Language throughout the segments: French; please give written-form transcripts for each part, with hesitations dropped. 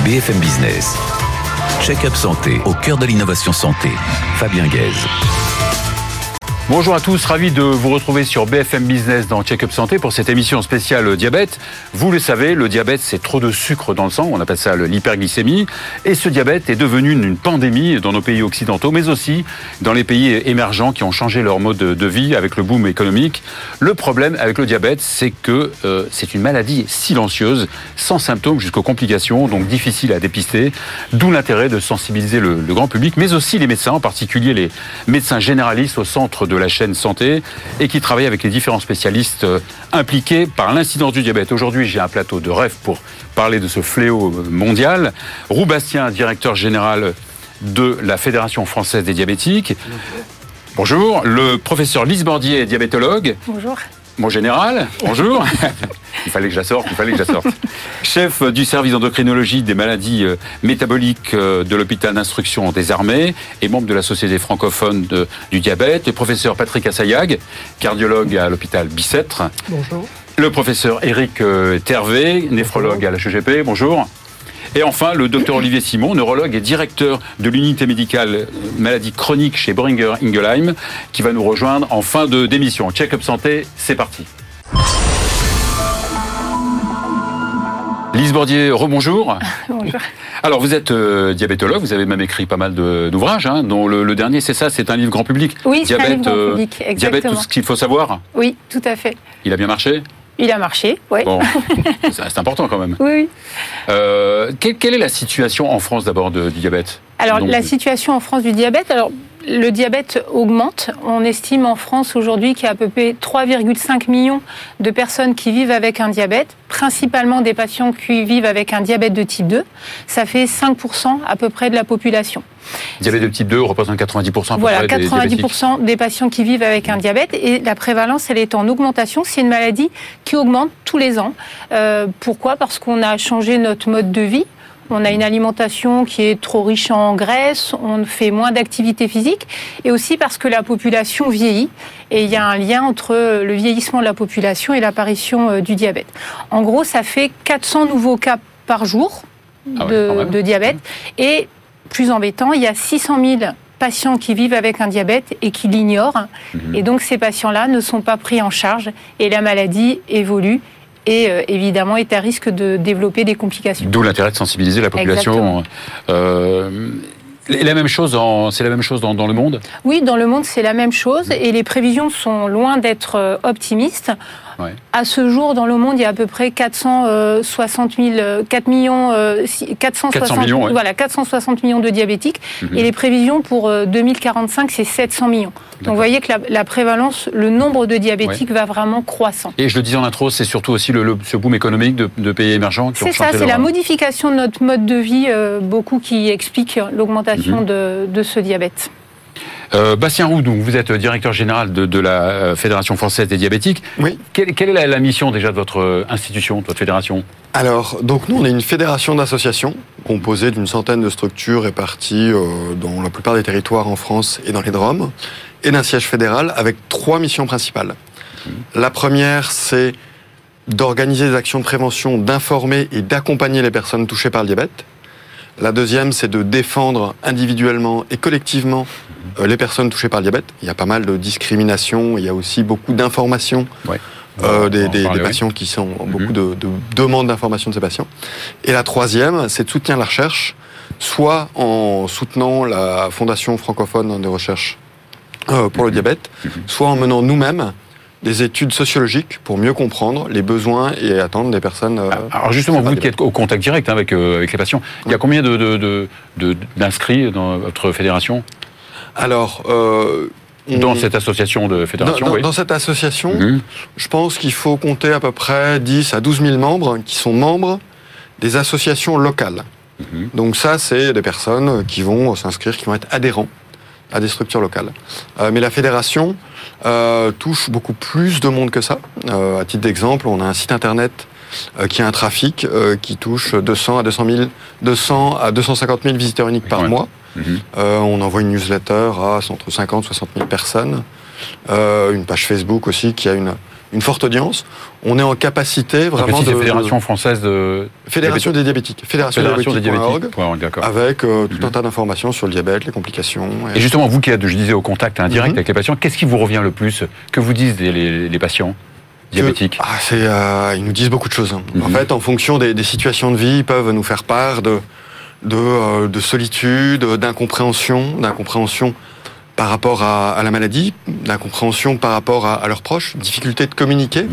BFM Business. Check-up santé, au cœur de l'innovation santé. Fabien Guèze. Bonjour à tous, ravi de vous retrouver sur BFM Business dans Check-up Santé pour cette émission spéciale diabète. Vous le savez, le diabète, c'est trop de sucre dans le sang, on appelle ça l'hyperglycémie. Et ce diabète est devenu une pandémie dans nos pays occidentaux, mais aussi dans les pays émergents qui ont changé leur mode de vie avec le boom économique. Le problème avec le diabète, c'est que c'est une maladie silencieuse, sans symptômes jusqu'aux complications, donc difficile à dépister. D'où l'intérêt de sensibiliser le grand public, mais aussi les médecins, en particulier les médecins généralistes au centre de la chaîne santé et qui travaille avec les différents spécialistes impliqués par l'incidence du diabète. Aujourd'hui, j'ai un plateau de rêve pour parler de ce fléau mondial. Roux Bastien, directeur général de la Fédération française des diabétiques. Bonjour. Le professeur Lise Bordier, diabétologue. Bonjour. Mon général, bonjour. Il fallait que je la sorte. Chef du service d'endocrinologie des maladies métaboliques de l'hôpital d'instruction des armées et membre de la Société francophone du diabète. Le professeur Patrick Assayag, cardiologue à l'hôpital Bicêtre. Bonjour. Le professeur Éric Tervé, néphrologue à la HEGP. Bonjour. Et enfin, le docteur Olivier Simon, neurologue et directeur de l'unité médicale maladies chroniques chez Boehringer Ingelheim, qui va nous rejoindre en fin d'émission. Check-up santé, c'est parti. Lise Bordier, rebonjour. Bonjour. Alors, vous êtes diabétologue, vous avez même écrit pas mal d'ouvrages, dont le dernier, c'est ça, c'est un livre grand public. Oui, c'est un livre grand public, exactement. Diabète, tout ce qu'il faut savoir. Oui, tout à fait. Il a bien marché ? Il a marché, oui. Bon, c'est important quand même. Oui. Quelle est la situation en France d'abord du diabète ? Alors, la situation en France du diabète, le diabète augmente. On estime en France aujourd'hui qu'il y a à peu près 3,5 millions de personnes qui vivent avec un diabète, principalement des patients qui vivent avec un diabète de type 2. Ça fait 5% à peu près de la population. Diabète de type 2 représente 90% à peu voilà, près 90% des patients qui vivent avec un diabète, et la prévalence, elle est en augmentation. C'est une maladie qui augmente tous les ans. Pourquoi ? Parce qu'on a changé notre mode de vie. On a une alimentation qui est trop riche en graisse, on fait moins d'activité physique, et aussi parce que la population vieillit, et il y a un lien entre le vieillissement de la population et l'apparition du diabète. En gros, ça fait 400 nouveaux cas par jour de diabète, et plus embêtant, il y a 600 000 patients qui vivent avec un diabète et qui l'ignorent, et donc ces patients-là ne sont pas pris en charge, et la maladie évolue. Et évidemment est à risque de développer des complications. D'où l'intérêt de sensibiliser la population. C'est la même chose dans le monde ? Oui, dans le monde, c'est la même chose. Et les prévisions sont loin d'être optimistes. Ouais. À ce jour, dans le monde, il y a à peu près 460 millions de diabétiques. Et les prévisions pour 2045, c'est 700 millions. Donc vous voyez que la prévalence, le nombre de diabétiques va vraiment croissant. Et je le disais en intro, c'est surtout aussi ce boom économique de pays émergents qui ont changé. C'est ça, c'est la modification de notre mode de vie, beaucoup qui explique l'augmentation de ce diabète. Bastien Roux, donc vous êtes directeur général de la Fédération française des diabétiques. Oui. Quelle est la mission déjà de votre institution, de votre fédération ? Alors, donc nous, on est une fédération d'associations composée d'une centaine de structures réparties dans la plupart des territoires en France et dans les DROM, et d'un siège fédéral avec 3 missions principales. La première, c'est d'organiser des actions de prévention, d'informer et d'accompagner les personnes touchées par le diabète. La deuxième, c'est de défendre individuellement et collectivement les personnes touchées par le diabète. Il y a pas mal de discrimination, il y a aussi beaucoup d'informations des patients qui sont beaucoup de demandes d'informations de ces patients. Et la troisième, c'est de soutenir la recherche, soit en soutenant la Fondation francophone de recherche pour le diabète, soit en menant nous-mêmes des études sociologiques pour mieux comprendre les besoins et attentes des personnes. Alors justement, vous qui êtes au contact direct avec les patients, il y a combien d'inscrits dans votre fédération ? Alors, dans cette association de fédération, dans cette association, je pense qu'il faut compter à peu près 10 à 12 000 membres qui sont membres des associations locales. Donc ça, c'est des personnes qui vont s'inscrire, qui vont être adhérents à des structures locales. Mais la fédération touche beaucoup plus de monde que ça. À titre d'exemple, on a un site internet qui a un trafic qui touche 200 à 250 000 visiteurs uniques par mois. On envoie une newsletter à entre 50 et 60 000 personnes. Une page Facebook aussi qui a une une forte audience, on est en capacité vraiment de... Fédération française de... Fédération des diabétiques. Fédération des diabétiques. D'accord. Avec tout un tas d'informations sur le diabète, les complications. Et justement, vous qui êtes, je disais, au contact indirect avec les patients, qu'est-ce qui vous revient le plus? Que vous disent les patients diabétiques? Ils nous disent beaucoup de choses. En fait, en fonction des situations de vie, ils peuvent nous faire part de solitude, d'incompréhension par rapport à la maladie, d'incompréhension par rapport à leurs proches, difficulté de communiquer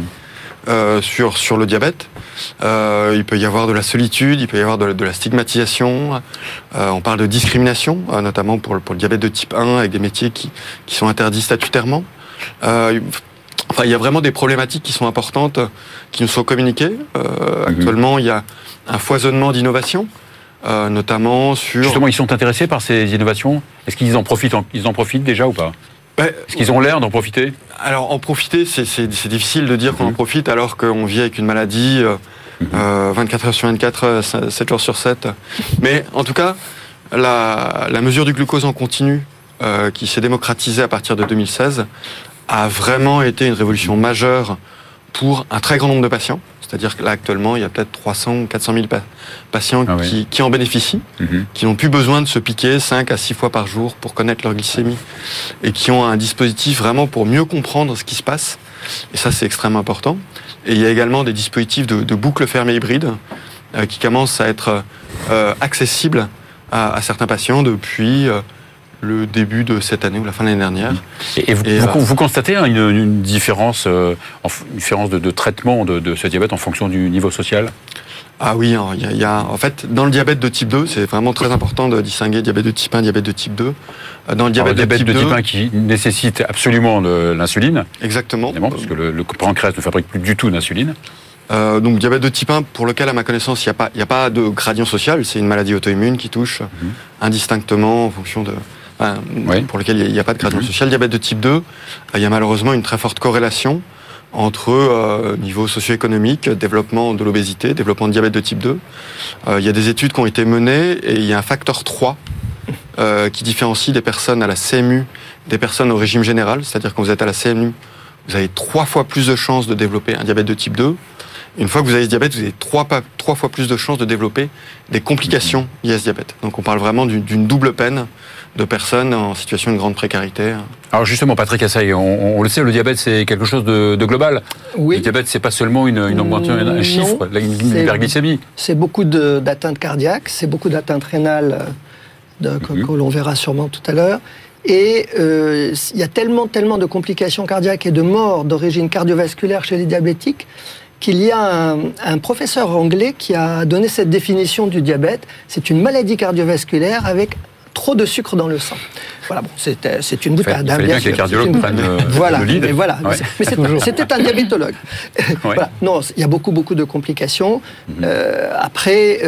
sur le diabète. Il peut y avoir de la solitude, il peut y avoir de la stigmatisation. On parle de discrimination, notamment pour le diabète de type 1, avec des métiers qui sont interdits statutairement. Il y a vraiment des problématiques qui sont importantes, qui nous sont communiquées. Actuellement, il y a un foisonnement d'innovations. Notamment sur... Justement, ils sont intéressés par ces innovations? Est-ce qu'ils en profitent déjà ou pas? Est-ce qu'ils ont l'air d'en profiter? Alors, en profiter, c'est difficile de dire qu'on en profite alors qu'on vit avec une maladie 24 heures sur 24, 7 jours sur 7. Mais en tout cas, la mesure du glucose en continu qui s'est démocratisée à partir de 2016 a vraiment été une révolution majeure pour un très grand nombre de patients. C'est-à-dire que là, actuellement, il y a peut-être 300 ou 400 000 patients qui en bénéficient, qui n'ont plus besoin de se piquer 5 à 6 fois par jour pour connaître leur glycémie et qui ont un dispositif vraiment pour mieux comprendre ce qui se passe. Et ça, c'est extrêmement important. Et il y a également des dispositifs de boucles fermées hybrides qui commencent à être accessibles à certains patients depuis... le début de cette année ou la fin de l'année dernière. Et vous constatez une différence, de traitement de ce diabète en fonction du niveau social? Ah oui, en fait, dans le diabète de type 2, c'est vraiment très important de distinguer diabète de type 1, diabète de type 2. Dans le diabète de type 1 qui nécessite absolument de l'insuline. Exactement. Évidemment, parce que le pancréas ne fabrique plus du tout d'insuline. Donc diabète de type 1, pour lequel, à ma connaissance, il n'y a pas de gradient social. C'est une maladie auto-immune qui touche indistinctement en fonction de... pour lequel il n'y a pas de gradient social. Diabète de type 2, il y a malheureusement une très forte corrélation entre niveau socio-économique, développement de l'obésité, développement de diabète de type 2. Il y a des études qui ont été menées et il y a un facteur 3 qui différencie des personnes à la CMU des personnes au régime général. C'est-à-dire quand vous êtes à la CMU, vous avez 3 fois plus de chances de développer un diabète de type 2. Une fois que vous avez ce diabète, vous avez 3 fois plus de chances de développer des complications liées à ce diabète. Donc on parle vraiment d'une double peine de personnes en situation de grande précarité. Alors justement, Patrick Assaï, on le sait, le diabète c'est quelque chose de global. Oui. Le diabète c'est pas seulement une augmentation, un chiffre, une hyperglycémie. C'est beaucoup d'atteintes cardiaques, c'est beaucoup d'atteintes rénales que l'on verra sûrement tout à l'heure. Et il y a tellement de complications cardiaques et de morts d'origine cardiovasculaire chez les diabétiques qu'il y a un professeur anglais qui a donné cette définition du diabète. C'est une maladie cardiovasculaire avec trop de sucre dans le sang. Voilà, bon, c'est une boutade. Il fallait bien que les cardiologues prennent le lead. Mais voilà, mais c'était un diabétologue. Voilà. Non, il y a beaucoup de complications. Après,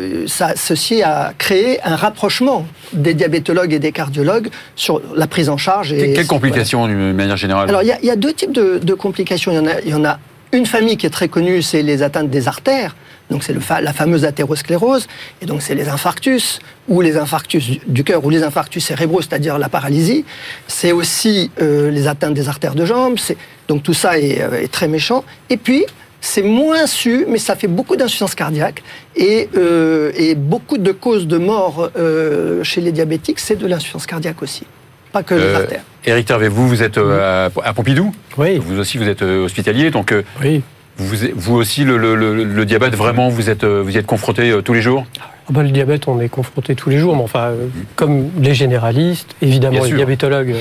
ceci a créé un rapprochement des diabétologues et des cardiologues sur la prise en charge. Quelles complications, d'une manière générale? Alors, il y a 2 types de complications. Il y en a une famille qui est très connue, c'est les atteintes des artères. Donc c'est la fameuse athérosclérose, et donc c'est les infarctus, ou les infarctus du cœur, ou les infarctus cérébraux, c'est-à-dire la paralysie. C'est aussi les atteintes des artères de jambes, donc tout ça est très méchant. Et puis, c'est moins su, mais ça fait beaucoup d'insuffisance cardiaque, et beaucoup de causes de mort chez les diabétiques, c'est de l'insuffisance cardiaque aussi, pas que les artères. Éric Tervet, vous êtes à Pompidou. Oui. Vous aussi, vous êtes hospitalier, donc... Oui. Vous aussi, le diabète, vraiment, vous y êtes confronté tous les jours? Le diabète, on est confronté tous les jours, mais enfin, comme les généralistes, évidemment, les diabétologues,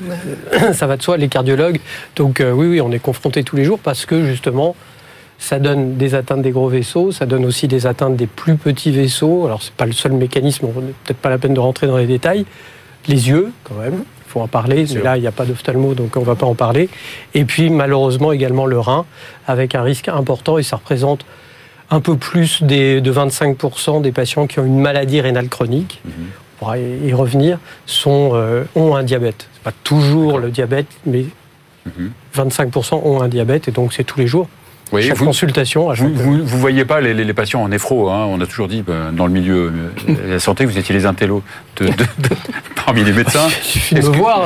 ça va de soi, les cardiologues. Donc oui, on est confronté tous les jours parce que, justement, ça donne des atteintes des gros vaisseaux, ça donne aussi des atteintes des plus petits vaisseaux. Alors, c'est pas le seul mécanisme, on n'est peut-être pas la peine de rentrer dans les détails. Les yeux, quand même. Faut en parler, mais là il n'y a pas d'ophtalmo, donc on ne va pas en parler. Et puis malheureusement également le rein, avec un risque important, et ça représente un peu plus de 25% des patients qui ont une maladie rénale chronique, on pourra y revenir, ont un diabète. Ce n'est pas toujours le diabète, mais 25% ont un diabète, et donc c'est tous les jours. chaque consultation. Vous voyez pas les patients en néphro, hein. On a toujours dit, dans le milieu de la santé, vous étiez les intellos parmi les médecins. Il suffit de me voir.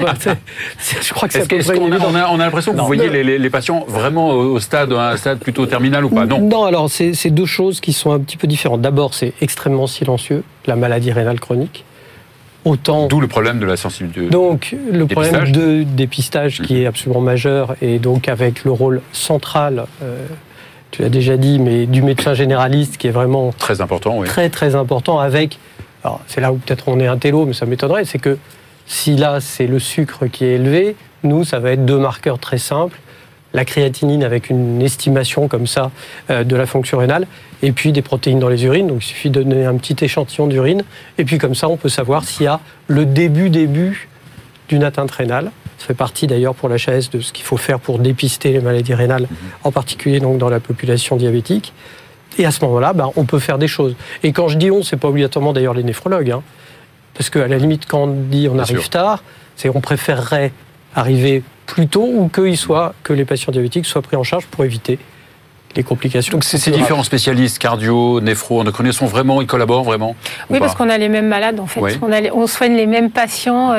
Je crois que c'est on a l'impression que vous voyez les patients vraiment au stade, un stade plutôt terminal ou pas? Non, alors c'est deux choses qui sont un petit peu différentes. D'abord, c'est extrêmement silencieux, la maladie rénale chronique. D'où le problème de la sensibilité. Donc le problème de dépistage qui est absolument majeur, et donc avec le rôle central, tu l'as déjà dit, mais du médecin généraliste qui est vraiment très important, oui. Très très important. Alors c'est là où peut-être on est un télo, mais ça m'étonnerait, c'est que si là c'est le sucre qui est élevé, nous ça va être deux marqueurs très simples. La créatinine avec une estimation comme ça de la fonction rénale, et puis des protéines dans les urines. Donc il suffit de donner un petit échantillon d'urine, et puis comme ça on peut savoir s'il y a le début d'une atteinte rénale. Ça fait partie d'ailleurs pour l'HAS de ce qu'il faut faire pour dépister les maladies rénales, en particulier donc dans la population diabétique. Et à ce moment-là, on peut faire des choses. Et quand je dis on, c'est pas obligatoirement d'ailleurs les néphrologues, hein, parce qu'à la limite quand on dit on arrive tard, c'est on préférerait arriver plus tôt ou que les patients diabétiques soient pris en charge pour éviter les complications. Donc ces différents spécialistes, cardio, néphro, endocriniens, ils collaborent vraiment? Oui, parce qu'on a les mêmes malades en fait. Oui. On soigne les mêmes patients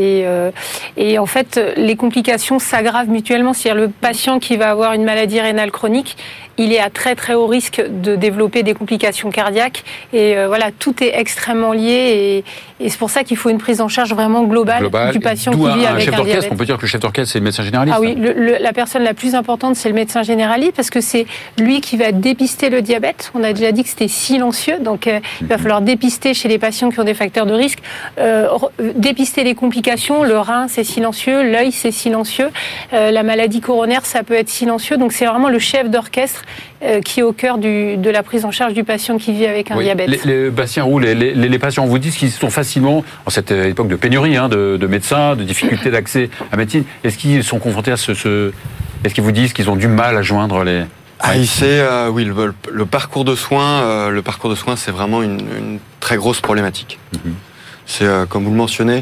et en fait les complications s'aggravent mutuellement. C'est-à-dire le patient qui va avoir une maladie rénale chronique, il est à très très haut risque de développer des complications cardiaques. Et voilà, tout est extrêmement lié et c'est pour ça qu'il faut une prise en charge vraiment globale du patient qui vit avec un diabète. On peut dire que le chef d'orchestre, c'est le médecin généraliste. Ah oui, la personne la plus importante, c'est le médecin généraliste parce que c'est lui qui va dépister le diabète. On a déjà dit que c'était silencieux, donc il va falloir dépister chez les patients qui ont des facteurs de risque, dépister les complications. Le rein, c'est silencieux, l'œil, c'est silencieux, la maladie coronaire, ça peut être silencieux. Donc c'est vraiment le chef d'orchestre qui est au cœur de la prise en charge du patient qui vit avec un diabète. Bastien Roux, les patients vous disent qu'ils sont facilement, en cette époque de pénurie de médecins, de difficulté d'accès à la médecine, est-ce qu'ils sont confrontés à est-ce qu'ils vous disent qu'ils ont du mal à joindre les... Oui, le parcours de soins, c'est vraiment une très grosse problématique. C'est, comme vous le mentionnez,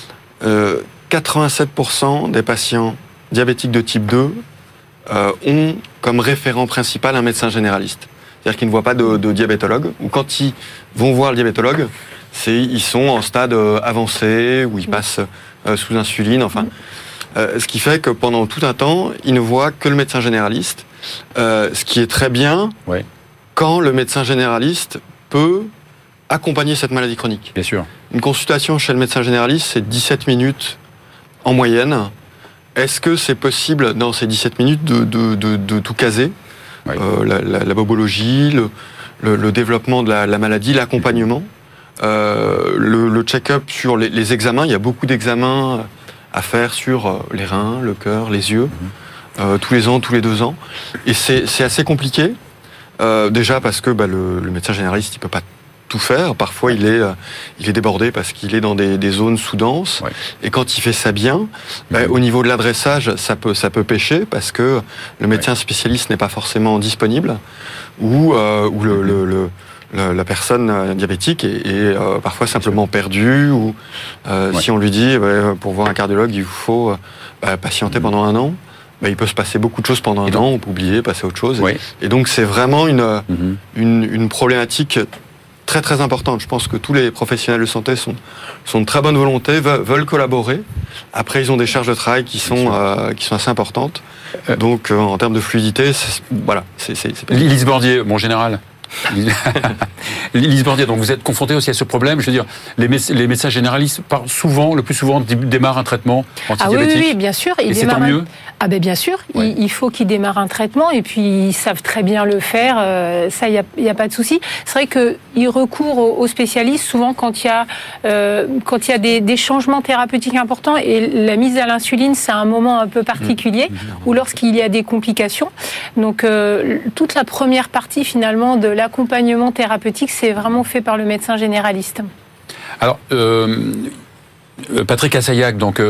87% des patients diabétiques de type 2 ont comme référent principal un médecin généraliste. C'est-à-dire qu'ils ne voient pas de diabétologue, ou quand ils vont voir le diabétologue, ils sont en stade avancé, où ils passent sous insuline, ce qui fait que pendant tout un temps, ils ne voient que le médecin généraliste, ce qui est très bien quand le médecin généraliste peut accompagner cette maladie chronique. Bien sûr. Une consultation chez le médecin généraliste, c'est 17 minutes en moyenne. Est-ce que c'est possible, dans ces 17 minutes, de tout caser? La bobologie, le développement de la maladie, l'accompagnement, le check-up sur les examens. Il y a beaucoup d'examens à faire sur les reins, le cœur, les yeux, tous les ans, tous les 2 ans. Et c'est assez compliqué, déjà parce que le médecin généraliste, il ne peut pas tout faire. Parfois, il est débordé parce qu'il est dans des zones sous-denses. Et quand il fait ça bien, au niveau de l'adressage, ça peut pêcher parce que le médecin spécialiste n'est pas forcément disponible ou la personne diabétique est parfois simplement perdue ou si on lui dit pour voir un cardiologue, il vous faut patienter pendant 1 an. Il peut se passer beaucoup de choses pendant un an, on peut oublier, passer à autre chose. Et donc, c'est vraiment une problématique très très importante. Je pense que tous les professionnels de santé sont de très bonne volonté, veulent collaborer. Après, ils ont des charges de travail qui sont assez importantes. Donc, en termes de fluidité, voilà. Lise Bordier, mon général. Lise Bordier, donc vous êtes confronté aussi à ce problème. Je veux dire, les médecins généralistes, le plus souvent, démarrent un traitement antidiabétique. Oui, bien sûr. Et c'est tant mieux. Bien sûr. Il faut qu'ils démarrent un traitement et puis ils savent très bien le faire. Ça, il n'y a pas de souci. C'est vrai qu'ils recourent aux spécialistes souvent quand il y a des changements thérapeutiques importants et la mise à l'insuline, c'est un moment un peu particulier ou lorsqu'il y a des complications. Donc, toute la première partie finalement de l'accompagnement thérapeutique, c'est vraiment fait par le médecin généraliste. Alors, Patrick Assayag, donc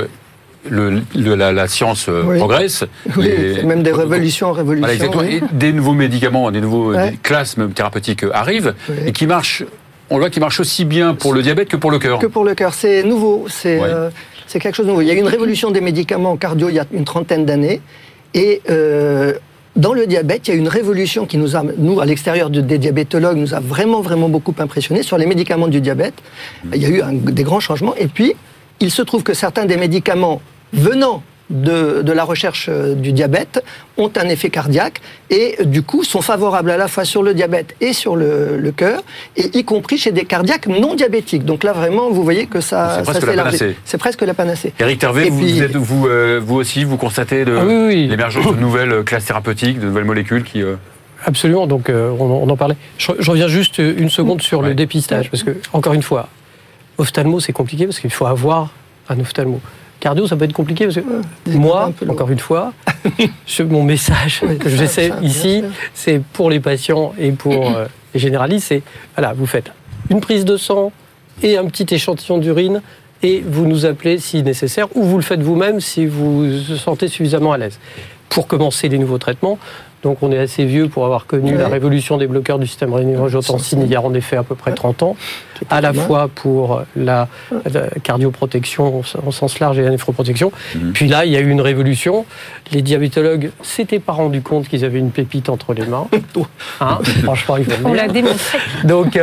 la science progresse. C'est même des révolutions en révolution. Voilà, exactement. Et des nouveaux médicaments, des classes même thérapeutiques arrivent et qui marchent. On voit qu'ils marchent aussi bien pour le diabète que pour le cœur. Que pour le cœur, c'est nouveau. C'est quelque chose de nouveau. Il y a eu une révolution des médicaments cardio il y a une 30aine d'années et dans le diabète, il y a une révolution qui nous a, nous, à l'extérieur des diabétologues, nous a vraiment, vraiment beaucoup impressionnés sur les médicaments du diabète. Il y a eu des grands changements. Et puis, il se trouve que certains des médicaments venant de la recherche du diabète ont un effet cardiaque et du coup sont favorables à la fois sur le diabète et sur le cœur, et y compris chez des cardiaques non diabétiques. Donc là vraiment vous voyez que ça c'est presque la panacée. Éric Tervé, vous aussi vous constatez l'émergence de nouvelles classes thérapeutiques, de nouvelles molécules qui... Absolument, donc on en parlait. Je reviens juste une seconde sur le dépistage, parce que encore une fois, ophtalmo c'est compliqué parce qu'il faut avoir un ophtalmo. Cardio, ça peut être compliqué parce que moi, encore une fois, mon message que j'essaie ici, c'est pour les patients et pour les généralistes, c'est voilà, vous faites une prise de sang et un petit échantillon d'urine et vous nous appelez si nécessaire, ou vous le faites vous-même si vous vous sentez suffisamment à l'aise. Pour commencer les nouveaux traitements, donc on est assez vieux pour avoir connu la révolution des bloqueurs du système rénine-angiotensine il y a en effet à peu près 30 ans, à la fois pour la cardioprotection au sens large et la néphroprotection. Puis là, il y a eu une révolution. Les diabétologues s'étaient pas rendus compte qu'ils avaient une pépite entre les mains. Franchement, il faut le dire. On l'a démontré. Donc,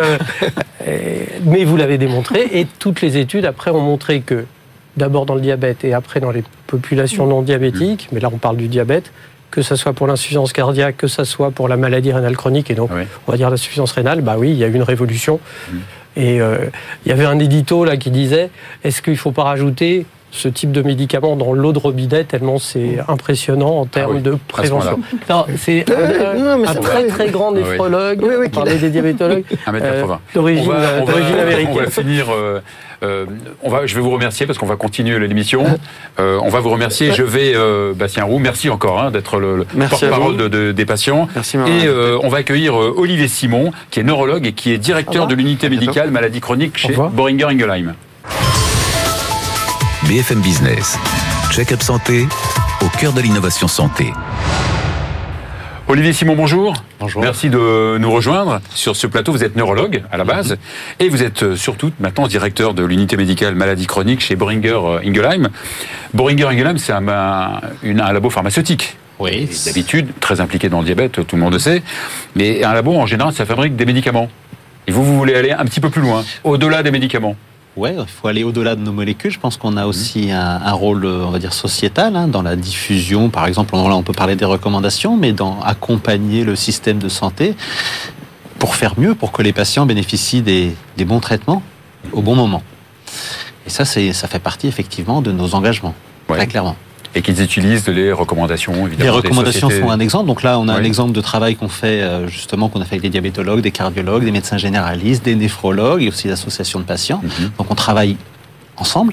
mais vous l'avez démontré, et toutes les études après ont montré que, d'abord dans le diabète et après dans les populations non diabétiques, mais là on parle du diabète, que ce soit pour l'insuffisance cardiaque, que ce soit pour la maladie rénale chronique, et donc on va dire l'insuffisance rénale, bah oui, il y a eu une révolution. Et il y avait un édito là qui disait, est-ce qu'il ne faut pas rajouter ce type de médicament dans l'eau de robinet, tellement c'est impressionnant en termes de prévention. C'est un très très grand néphrologue, on parlait des diabétologues, 1m80. D'origine américaine. On va finir... je vais vous remercier parce qu'on va continuer l'émission. On va vous remercier. Je vais, Bastien Roux, merci encore d'être le porte-parole des patients. Merci, et on va accueillir Olivier Simon, qui est neurologue et qui est directeur de l'unité médicale maladie chronique chez Boehringer Ingelheim. BFM Business, Check-up Santé, au cœur de l'innovation santé. Olivier Simon, bonjour. Bonjour. Merci de nous rejoindre sur ce plateau. Vous êtes neurologue à la base et vous êtes surtout maintenant directeur de l'unité médicale maladie chronique chez Boehringer Ingelheim. Boehringer Ingelheim, c'est un labo pharmaceutique. Oui. D'habitude, très impliqué dans le diabète, tout le monde le sait. Mais un labo, en général, ça fabrique des médicaments. Et vous voulez aller un petit peu plus loin, au-delà des médicaments. Oui, il faut aller au-delà de nos molécules. Je pense qu'on a aussi un rôle, on va dire, sociétal, dans la diffusion. Par exemple, on peut parler des recommandations, mais dans accompagner le système de santé pour faire mieux, pour que les patients bénéficient des bons traitements au bon moment. Et ça fait partie, effectivement, de nos engagements, très clairement. Et qu'ils utilisent les recommandations, évidemment. Les recommandations sont un exemple. Donc là, on a un exemple de travail qu'on fait, justement, qu'on a fait avec des diabétologues, des cardiologues, des médecins généralistes, des néphrologues et aussi l'association de patients. Donc on travaille ensemble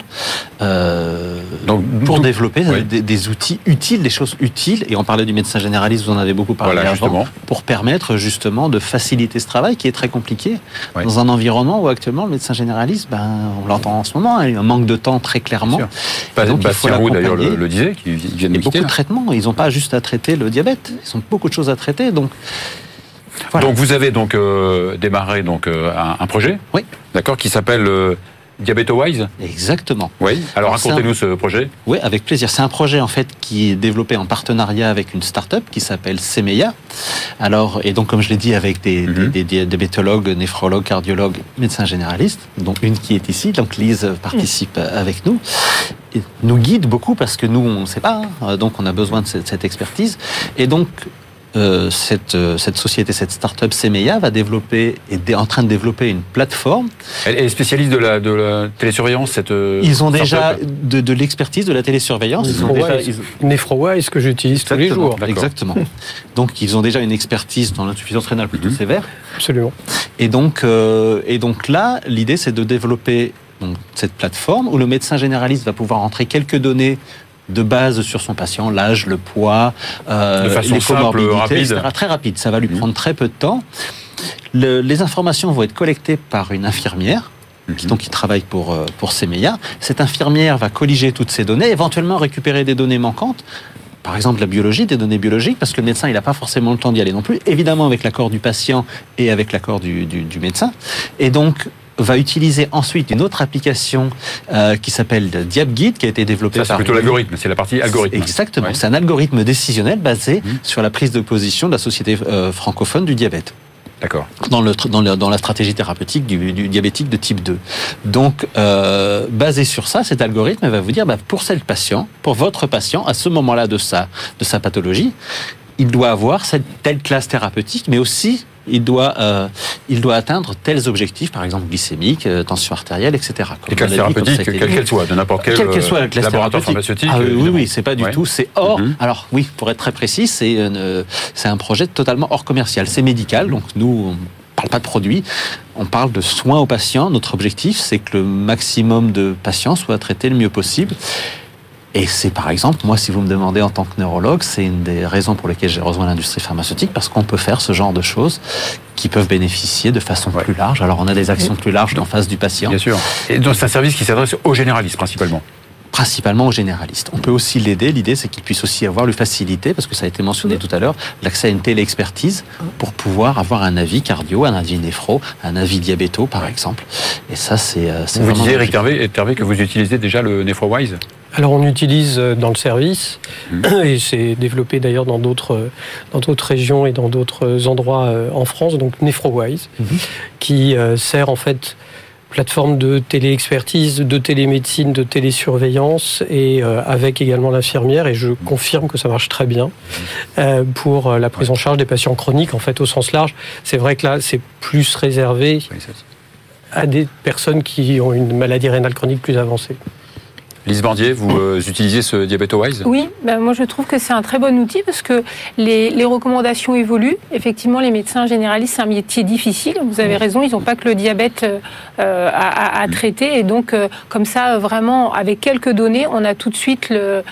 pour développer des outils utiles, des choses utiles. Et on parlait du médecin généraliste, vous en avez beaucoup parlé avant, justement. Pour permettre justement de faciliter ce travail qui est très compliqué dans un environnement où actuellement le médecin généraliste, on l'entend en ce moment, il y a un manque de temps très clairement. Donc, Bastien Roux d'ailleurs le disait, qui vient de beaucoup de traitements, ils n'ont pas juste à traiter le diabète, ils ont beaucoup de choses à traiter. Donc vous avez démarré un projet, d'accord, qui s'appelle DiabetoWise. Exactement. Oui. Alors racontez-nous ce projet. Oui, avec plaisir. C'est un projet en fait qui est développé en partenariat avec une start-up qui s'appelle Semeya. Alors, et donc comme je l'ai dit, avec des diabétologues, néphrologues, cardiologues, médecins généralistes, dont une qui est ici, donc Lise participe avec nous. Et nous guide beaucoup parce que nous on ne sait pas, donc on a besoin de cette expertise. Et donc cette société, cette start-up Semeya est en train de développer une plateforme. Elle est spécialiste de la télésurveillance, Ils ont déjà de l'expertise de la télésurveillance. NephroWise, que j'utilise tous les jours. Exactement. Donc ils ont déjà une expertise dans l'insuffisance rénale plutôt sévère. Absolument. Et donc là, l'idée c'est de développer cette plateforme où le médecin généraliste va pouvoir entrer quelques données de base sur son patient, l'âge, le poids, les comorbidités, etc. Très rapide, ça va lui prendre très peu de temps. Les informations vont être collectées par une infirmière, qui travaille pour Semeya. Cette infirmière va colliger toutes ces données, éventuellement récupérer des données manquantes, par exemple la biologie, des données biologiques, parce que le médecin il n'a pas forcément le temps d'y aller non plus, évidemment avec l'accord du patient et avec l'accord du médecin. Et donc, va utiliser ensuite une autre application qui s'appelle DiabGuide, qui a été développée par... Ça, c'est plutôt l'algorithme, c'est la partie algorithme. Exactement, c'est un algorithme décisionnel basé sur la prise de position de la Société francophone du diabète. D'accord. Dans la stratégie thérapeutique du diabétique de type 2. Donc, basé sur ça, cet algorithme va vous dire, pour votre patient, à ce moment-là de sa pathologie, il doit avoir telle classe thérapeutique, mais aussi il doit atteindre tels objectifs, par exemple glycémique, tension artérielle, etc. Les classes thérapeutiques, quelle qu'elle soit, de n'importe quel soit la classe laboratoire pharmaceutique. Oui, c'est pas du tout. C'est hors. Alors oui, pour être très précis, c'est un projet totalement hors commercial. C'est médical, donc nous. On parle pas de produits, on parle de soins aux patients. Notre objectif, c'est que le maximum de patients soient traités le mieux possible. Et c'est par exemple, moi, si vous me demandez en tant que neurologue, c'est une des raisons pour lesquelles j'ai rejoint l'industrie pharmaceutique, parce qu'on peut faire ce genre de choses qui peuvent bénéficier de façon plus large. Alors, on a des actions plus larges en face du patient. Bien sûr. Et donc, c'est un service qui s'adresse aux généralistes, principalement. Principalement aux généralistes. On peut aussi l'aider. L'idée, c'est qu'il puisse aussi lui faciliter, parce que ça a été mentionné tout à l'heure, l'accès à une téléexpertise pour pouvoir avoir un avis cardio, un avis néphro, un avis diabéto, par exemple. Et ça, c'est vous disiez, Eric Hervé, que vous utilisez déjà le NephroWise. Alors on utilise dans le service, et c'est développé d'ailleurs dans d'autres régions et dans d'autres endroits en France, donc NephroWise, qui sert en fait plateforme de téléexpertise, de télémédecine, de télésurveillance, et avec également l'infirmière, et je confirme que ça marche très bien pour la prise en charge des patients chroniques, en fait au sens large. C'est vrai que là c'est plus réservé à des personnes qui ont une maladie rénale chronique plus avancée. Lise Bordier, vous utilisez ce DiabetoWise ? Oui, moi je trouve que c'est un très bon outil parce que les recommandations évoluent. Effectivement, les médecins généralistes, c'est un métier difficile. Vous avez raison, ils n'ont pas que le diabète à traiter. Et donc, comme ça, vraiment, avec quelques données, on a tout de suite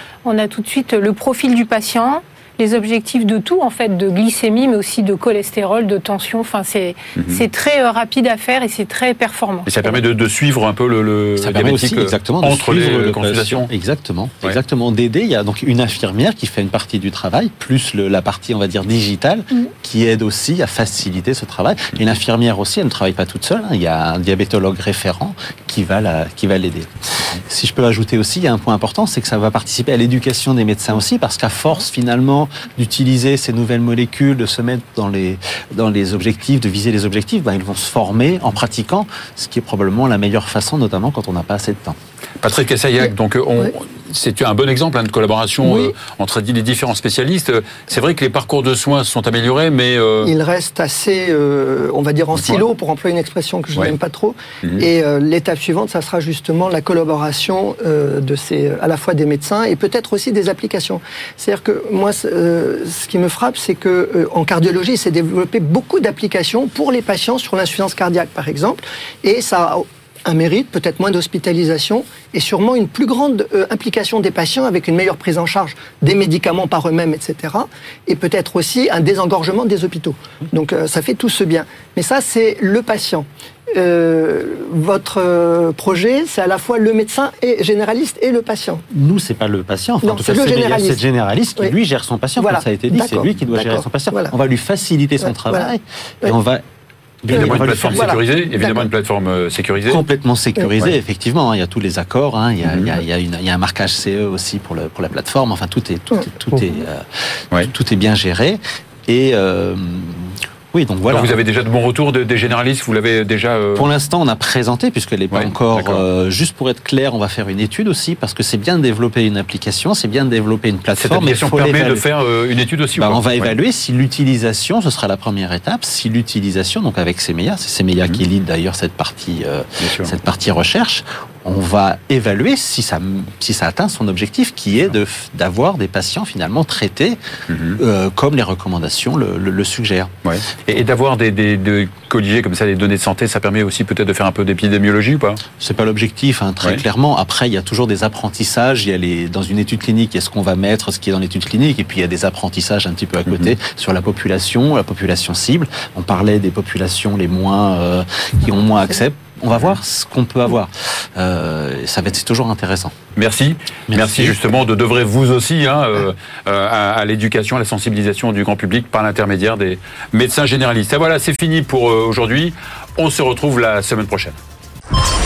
le profil du patient, les objectifs de tout, en fait, de glycémie, mais aussi de cholestérol, de tension. Enfin, c'est très rapide à faire et c'est très performant. Et ça permet de suivre un peu le diabétique entre les consultations. Exactement. D'aider. Il y a donc une infirmière qui fait une partie du travail, plus la partie, on va dire, digitale, qui aide aussi à faciliter ce travail. Et l'infirmière aussi, elle ne travaille pas toute seule. Il y a un diabétologue référent qui va l'aider. Si je peux ajouter aussi, il y a un point important, c'est que ça va participer à l'éducation des médecins aussi, parce qu'à force, finalement, d'utiliser ces nouvelles molécules, de se mettre dans les objectifs, de viser les objectifs, ils vont se former en pratiquant, ce qui est probablement la meilleure façon, notamment quand on n'a pas assez de temps. Patrick Cassaillac, donc c'est un bon exemple de collaboration entre les différents spécialistes. C'est vrai que les parcours de soins se sont améliorés, mais... Il reste assez, on va dire, en silo, pour employer une expression que je n'aime pas trop. Et l'étape suivante, ça sera justement la collaboration à la fois des médecins et peut-être aussi des applications. C'est-à-dire que moi, ce qui me frappe, c'est qu'en cardiologie, il s'est développé beaucoup d'applications pour les patients sur l'insuffisance cardiaque, par exemple. Et ça a un mérite, peut-être moins d'hospitalisation et sûrement une plus grande implication des patients avec une meilleure prise en charge des médicaments par eux-mêmes, etc. Et peut-être aussi un désengorgement des hôpitaux. Donc ça fait tout ce bien. Mais ça, c'est le patient. Votre projet, c'est à la fois le médecin et généraliste et le patient. Nous, c'est pas le patient. Enfin, non, c'est le généraliste. C'est le généraliste qui, lui, gère son patient. Voilà. Comme ça a été dit, c'est lui qui doit gérer son patient. Voilà. On va lui faciliter son travail et on va... Évidemment une plateforme sécurisée, Complètement sécurisée, effectivement. Il y a tous les accords, il y a un marquage CE aussi pour la plateforme. Enfin, tout est bien géré. Et oui, donc voilà. Donc vous avez déjà de bons retours des généralistes, vous l'avez déjà... Pour l'instant, on a présenté, puisqu'elle n'est pas encore... juste pour être clair, on va faire une étude aussi, parce que c'est bien de développer une application, c'est bien de développer une plateforme. Cette application permet de faire une étude aussi on va évaluer si l'utilisation, ce sera la première étape, si l'utilisation, donc avec Semeya, c'est Semeya qui lead d'ailleurs cette partie recherche, on va évaluer si ça atteint son objectif, qui est d'avoir des patients finalement traités comme les recommandations le suggèrent. Ouais. Et d'avoir des colligés comme ça, des données de santé, ça permet aussi peut-être de faire un peu d'épidémiologie ou pas ? C'est pas l'objectif, très clairement. Après, il y a toujours des apprentissages. Dans une étude clinique, il y a ce qu'on va mettre, ce qui est dans l'étude clinique, et puis il y a des apprentissages un petit peu à côté sur la population cible. On parlait des populations qui ont moins accès. On va voir ce qu'on peut avoir. C'est toujours intéressant. Merci justement de d'œuvrer vous aussi à l'éducation, à la sensibilisation du grand public par l'intermédiaire des médecins généralistes. Et voilà, c'est fini pour aujourd'hui. On se retrouve la semaine prochaine. Live.